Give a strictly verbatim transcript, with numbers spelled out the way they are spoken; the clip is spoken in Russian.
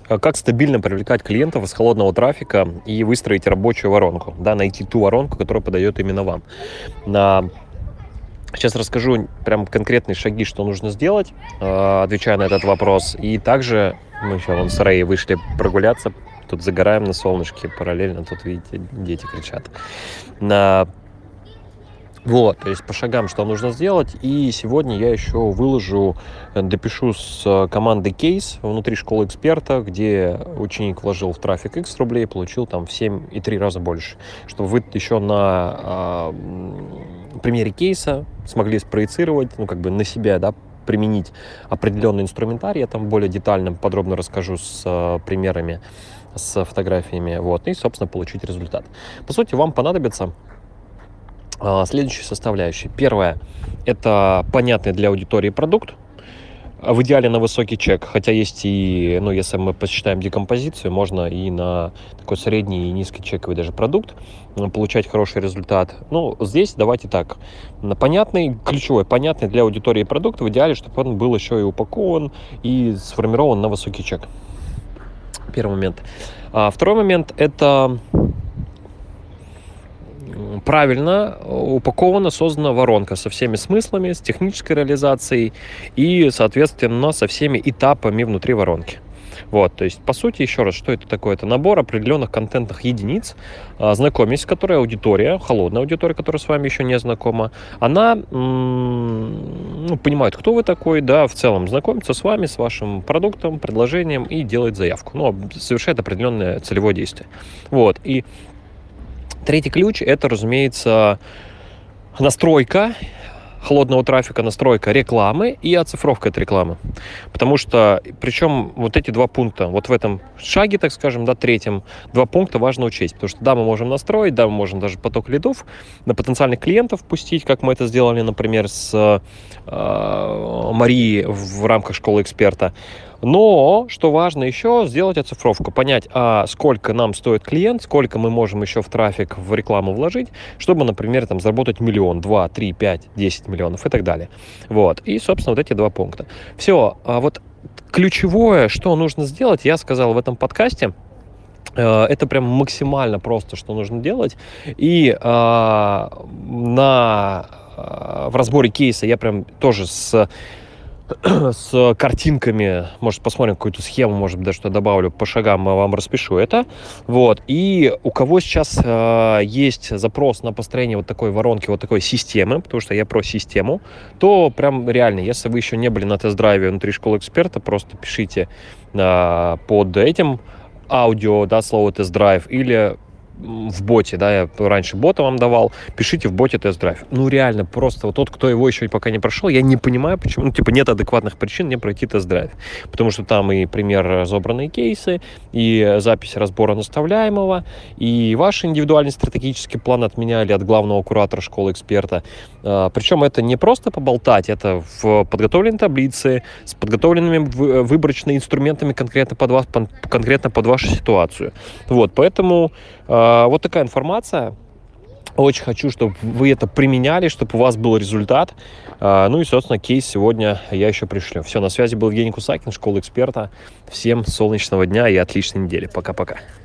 А Как стабильно привлекать клиентов из холодного трафика и выстроить рабочую воронку, да, найти ту воронку, которая подойдет именно вам. На... Сейчас расскажу прям конкретные шаги, что нужно сделать, э, отвечая на этот вопрос. И также мы сейчас вон с Рэй вышли прогуляться, тут загораем на солнышке, параллельно тут, видите, дети кричат. На... Вот, то есть по шагам, что нужно сделать. И сегодня я еще выложу, э, допишу с командой кейс внутри школы эксперта, где ученик вложил в трафик X рублей, получил там в семь и три раза больше. Чтобы вы еще на а, м, примере кейса смогли спроецировать, ну как бы на себя, да, применить определенный инструментарий. Я там более детально, подробно расскажу с а, примерами, с фотографиями, вот, и, собственно, получить результат. По сути, вам понадобится следующие составляющие. Первое – это понятный для аудитории продукт, в идеале на высокий чек, хотя есть и, ну, если мы посчитаем декомпозицию, можно и на такой средний и низкий чековый даже продукт получать хороший результат. Ну, здесь давайте так, понятный, ключевой, понятный для аудитории продукт, в идеале, чтобы он был еще и упакован и сформирован на высокий чек. Первый момент. А второй момент – это правильно упакована, создана воронка со всеми смыслами, с технической реализацией и, соответственно, со всеми этапами внутри воронки. Вот, то есть, по сути, еще раз, что это такое? Это набор определенных контентных единиц, знакомясь с которой аудитория, холодная аудитория, которая с вами еще не знакома, она м- ну, понимает, кто вы такой, да, в целом знакомится с вами, с вашим продуктом, предложением и делает заявку, ну, совершает определенное целевое действие. Вот, и третий ключ – это, разумеется, настройка холодного трафика, настройка рекламы и оцифровка этой рекламы. Потому что, причем вот эти два пункта, вот в этом шаге, так скажем, да, третьем, два пункта важно учесть. Потому что, да, мы можем настроить, да, мы можем даже поток лидов на потенциальных клиентов пустить, как мы это сделали, например, с э, Марией в рамках школы эксперта. Но, что важно еще, сделать оцифровку, понять, а сколько нам стоит клиент, сколько мы можем еще в трафик, в рекламу вложить, чтобы, например, там, заработать миллион, два, три, пять, десять миллионов и так далее. Вот. И, собственно, вот эти два пункта. Все. А вот ключевое, что нужно сделать, я сказал в этом подкасте. Это прям максимально просто, что нужно делать. И а, на, а, в разборе кейса я прям тоже с... с картинками, может, посмотрим какую-то схему, может быть, даже что добавлю по шагам, я вам распишу это. Вот. И у кого сейчас э, есть запрос на построение вот такой воронки, вот такой системы, потому что я про систему, то прям реально, если вы еще не были на тест-драйве внутри школы эксперта, просто пишите э, под этим аудио, да, слово тест-драйв, или в боте, да, я раньше бота вам давал, пишите в боте тест-драйв. Ну, реально, просто вот тот, кто его еще пока не прошел, я не понимаю, почему, ну, типа, нет адекватных причин не пройти тест-драйв. Потому что там и пример разобранные кейсы, и запись разбора наставляемого, и ваш индивидуальный стратегический план от меня или от главного куратора школы эксперта. А, причем это не просто поболтать, это в подготовленной таблице, с подготовленными выборочными инструментами конкретно под вас, конкретно под вашу ситуацию. Вот, поэтому вот такая информация. Очень хочу, чтобы вы это применяли, чтобы у вас был результат. Ну и, собственно, кейс сегодня я еще пришлю. Все, на связи был Евгений Кусакин, школа эксперта. Всем солнечного дня и отличной недели. Пока-пока.